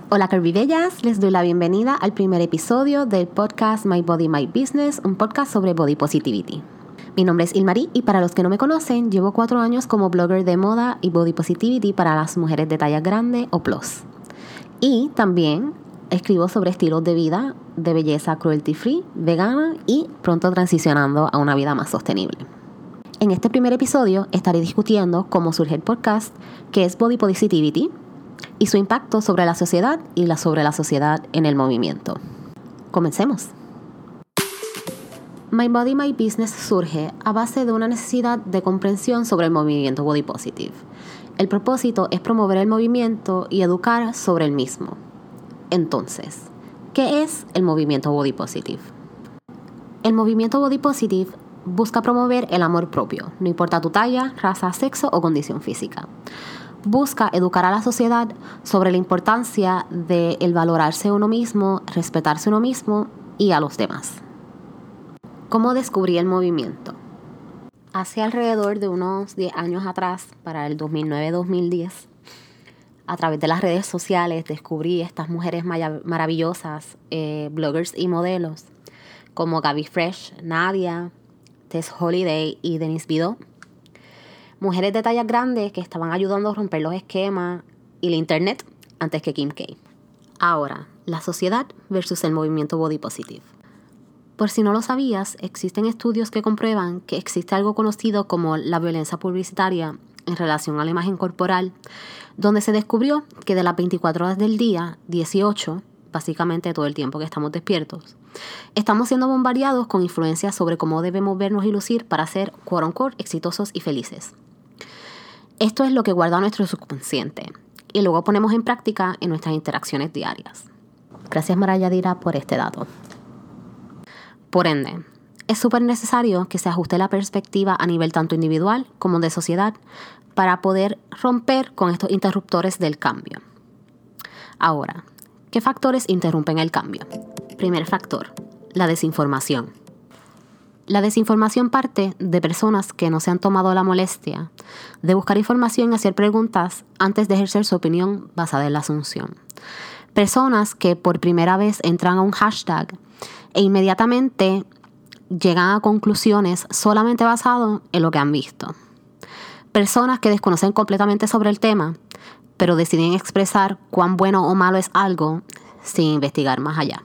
Hola Curvybellas, les doy la bienvenida al primer episodio del podcast My Body, My Business, un podcast sobre Body Positivity. Mi nombre es Ilmarí y para los que no me conocen, llevo 4 años como blogger de moda y Body Positivity para las mujeres de talla grande o plus. Y también escribo sobre estilos de vida, de belleza cruelty free, vegana y pronto transicionando a una vida más sostenible. En este primer episodio estaré discutiendo cómo surge el podcast, qué es Body Positivity y su impacto sobre la sociedad y sobre la sociedad en el movimiento. Comencemos. My Body, My Business surge a base de una necesidad de comprensión sobre el movimiento Body Positive. El propósito es promover el movimiento y educar sobre el mismo. Entonces, ¿qué es el movimiento Body Positive? El movimiento Body Positive busca promover el amor propio, no importa tu talla, raza, sexo o condición física. Busca educar a la sociedad sobre la importancia de el valorarse a uno mismo, respetarse a uno mismo y a los demás. ¿Cómo descubrí el movimiento? Hace alrededor de unos 10 años atrás, para el 2009-2010, a través de las redes sociales descubrí estas mujeres maravillosas, bloggers y modelos, como Gaby Fresh, Nadia, Tess Holiday y Denise Bidot. Mujeres de tallas grandes que estaban ayudando a romper los esquemas y la internet antes que Kim K. Ahora, la sociedad versus el movimiento Body Positive. Por si no lo sabías, existen estudios que comprueban que existe algo conocido como la violencia publicitaria en relación a la imagen corporal, donde se descubrió que de las 24 horas del día, 18, básicamente todo el tiempo que estamos despiertos, estamos siendo bombardeados con influencias sobre cómo debemos vernos y lucir para ser, quote unquote, exitosos y felices. Esto es lo que guarda nuestro subconsciente y luego ponemos en práctica en nuestras interacciones diarias. Gracias Mara Yadira por este dato. Por ende, es súper necesario que se ajuste la perspectiva a nivel tanto individual como de sociedad para poder romper con estos interruptores del cambio. Ahora, ¿qué factores interrumpen el cambio? Primer factor, la desinformación. La desinformación parte de personas que no se han tomado la molestia de buscar información y hacer preguntas antes de ejercer su opinión basada en la asunción. Personas que por primera vez entran a un hashtag e inmediatamente llegan a conclusiones solamente basado en lo que han visto. Personas que desconocen completamente sobre el tema, pero deciden expresar cuán bueno o malo es algo sin investigar más allá.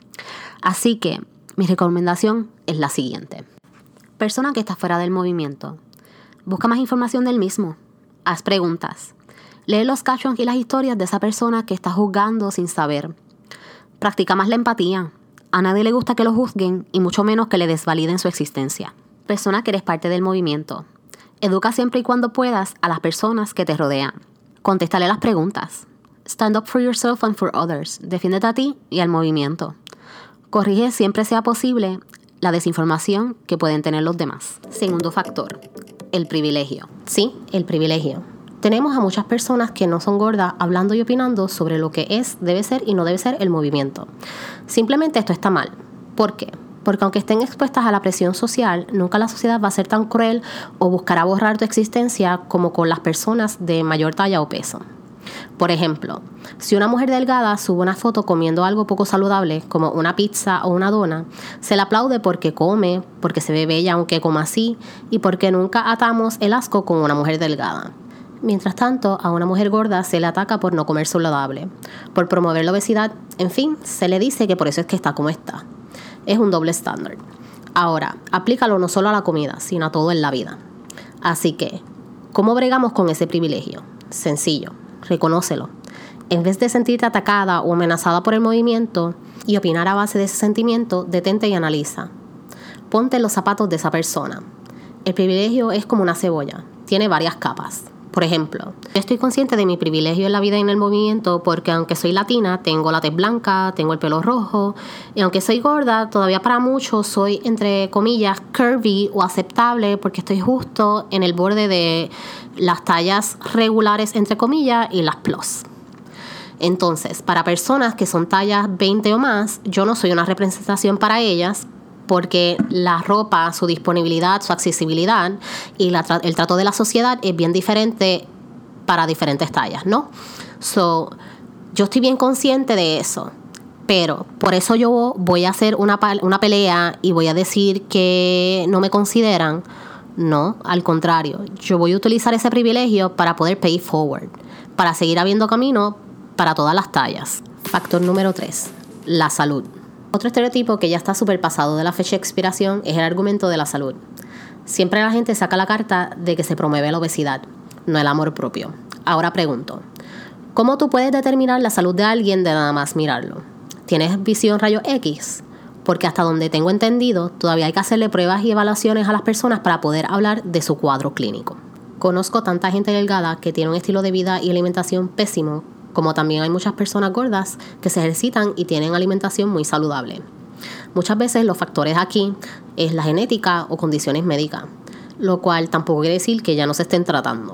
Así que mi recomendación es la siguiente. Persona que está fuera del movimiento, busca más información del mismo, haz preguntas, lee los captions y las historias de esa persona que está juzgando sin saber. Practica más la empatía. A nadie le gusta que lo juzguen y mucho menos que le desvaliden su existencia. Persona que eres parte del movimiento, educa siempre y cuando puedas a las personas que te rodean. Contéstale las preguntas. Stand up for yourself and for others. Defiéndete a ti y al movimiento. Corrige siempre sea posible la desinformación que pueden tener los demás. Segundo factor, el privilegio. Sí, el privilegio. Tenemos a muchas personas que no son gordas hablando y opinando sobre lo que es, debe ser y no debe ser el movimiento. Simplemente esto está mal. ¿Por qué? Porque aunque estén expuestas a la presión social, nunca la sociedad va a ser tan cruel o buscará borrar tu existencia como con las personas de mayor talla o peso. Por ejemplo, si una mujer delgada sube una foto comiendo algo poco saludable, como una pizza o una dona, se le aplaude porque come, porque se ve bella aunque coma así, y porque nunca atamos el asco con una mujer delgada. Mientras tanto, a una mujer gorda se le ataca por no comer saludable, por promover la obesidad, en fin, se le dice que por eso es que está como está. Es un doble estándar. Ahora, aplícalo no solo a la comida, sino a todo en la vida. Así que, ¿cómo bregamos con ese privilegio? Sencillo. Reconócelo. En vez de sentirte atacada o amenazada por el movimiento y opinar a base de ese sentimiento, detente y analiza. Ponte en los zapatos de esa persona. El privilegio es como una cebolla. Tiene varias capas. Por ejemplo, estoy consciente de mi privilegio en la vida y en el movimiento porque aunque soy latina, tengo la tez blanca, tengo el pelo rojo, y aunque soy gorda, todavía para muchos soy, entre comillas, curvy o aceptable porque estoy justo en el borde de las tallas regulares, entre comillas, y las plus. Entonces, para personas que son tallas 20 o más, yo no soy una representación para ellas porque la ropa, su disponibilidad, su accesibilidad y el trato de la sociedad es bien diferente para diferentes tallas, ¿no? Yo estoy bien consciente de eso, pero por eso yo voy a hacer una pelea y voy a decir que no me consideran. No, al contrario, yo voy a utilizar ese privilegio para poder pay forward, para seguir habiendo camino para todas las tallas. Factor número 3, la salud. Otro estereotipo que ya está súper pasado de la fecha de expiración es el argumento de la salud. Siempre la gente saca la carta de que se promueve la obesidad, no el amor propio. Ahora pregunto, ¿cómo tú puedes determinar la salud de alguien de nada más mirarlo? ¿Tienes visión rayos X? Porque hasta donde tengo entendido, todavía hay que hacerle pruebas y evaluaciones a las personas para poder hablar de su cuadro clínico. Conozco tanta gente delgada que tiene un estilo de vida y alimentación pésimo, como también hay muchas personas gordas que se ejercitan y tienen alimentación muy saludable. Muchas veces los factores aquí es la genética o condiciones médicas, lo cual tampoco quiere decir que ya no se estén tratando.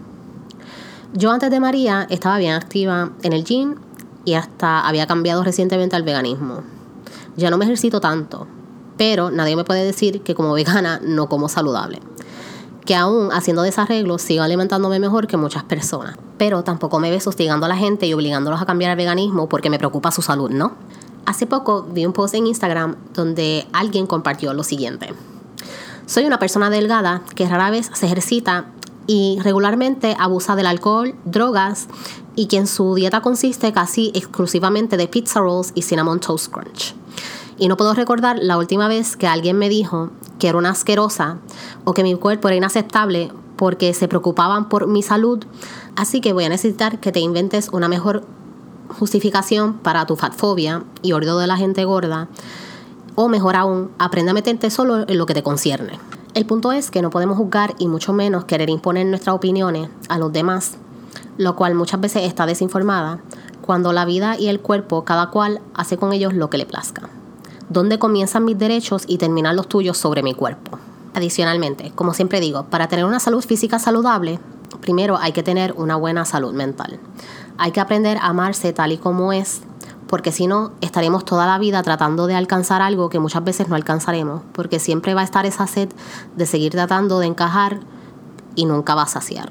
Yo antes de María estaba bien activa en el gym y hasta había cambiado recientemente al veganismo. Ya no me ejercito tanto, pero nadie me puede decir que como vegana no como saludable. Que aún haciendo desarreglos sigo alimentándome mejor que muchas personas. Pero tampoco me ves hostigando a la gente y obligándolos a cambiar al veganismo porque me preocupa su salud, ¿no? Hace poco vi un post en Instagram donde alguien compartió lo siguiente. Soy una persona delgada que rara vez se ejercita y regularmente abusa del alcohol, drogas y que en su dieta consiste casi exclusivamente de pizza rolls y cinnamon toast crunch. Y no puedo recordar la última vez que alguien me dijo que era una asquerosa o que mi cuerpo era inaceptable porque se preocupaban por mi salud. Así que voy a necesitar que te inventes una mejor justificación para tu fatfobia y odio de la gente gorda. O mejor aún, aprende a meterte solo en lo que te concierne. El punto es que no podemos juzgar y mucho menos querer imponer nuestras opiniones a los demás, lo cual muchas veces está desinformada, cuando la vida y el cuerpo cada cual hace con ellos lo que le plazca. ¿Dónde comienzan mis derechos y terminan los tuyos sobre mi cuerpo? Adicionalmente, como siempre digo, para tener una salud física saludable, primero hay que tener una buena salud mental. Hay que aprender a amarse tal y como es, porque si no, estaremos toda la vida tratando de alcanzar algo que muchas veces no alcanzaremos, porque siempre va a estar esa sed de seguir tratando de encajar y nunca va a saciar.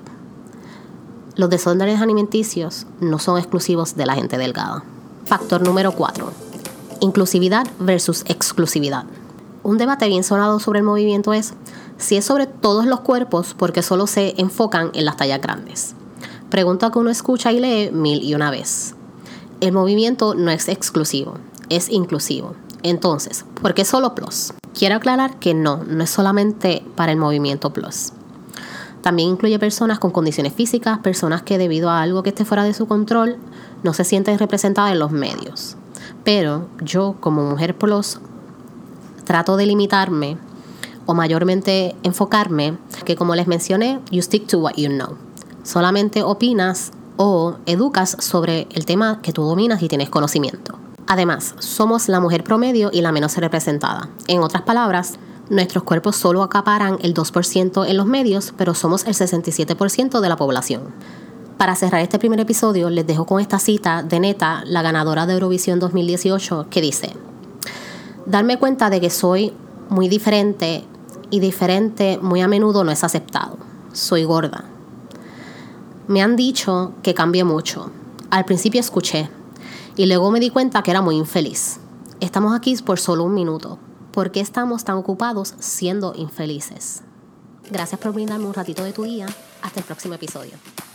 Los desórdenes alimenticios no son exclusivos de la gente delgada. Factor número 4. Inclusividad versus exclusividad. Un debate bien sonado sobre el movimiento es si es sobre todos los cuerpos porque solo se enfocan en las tallas grandes. Pregunta que uno escucha y lee 1001 vez. El movimiento no es exclusivo, es inclusivo. Entonces, ¿por qué solo plus? Quiero aclarar que no es solamente para el movimiento plus. También incluye personas con condiciones físicas, personas que debido a algo que esté fuera de su control no se sienten representadas en los medios. Pero yo, como mujer plus, trato de limitarme o mayormente enfocarme que, como les mencioné, you stick to what you know. Solamente opinas o educas sobre el tema que tú dominas y tienes conocimiento. Además, somos la mujer promedio y la menos representada. En otras palabras, nuestros cuerpos solo acaparan el 2% en los medios, pero somos el 67% de la población. Para cerrar este primer episodio, les dejo con esta cita de Neta, la ganadora de Eurovisión 2018, que dice: darme cuenta de que soy muy diferente y diferente muy a menudo no es aceptado. Soy gorda. Me han dicho que cambie mucho. Al principio escuché y luego me di cuenta que era muy infeliz. Estamos aquí por solo un minuto. ¿Por qué estamos tan ocupados siendo infelices? Gracias por brindarme un ratito de tu día. Hasta el próximo episodio.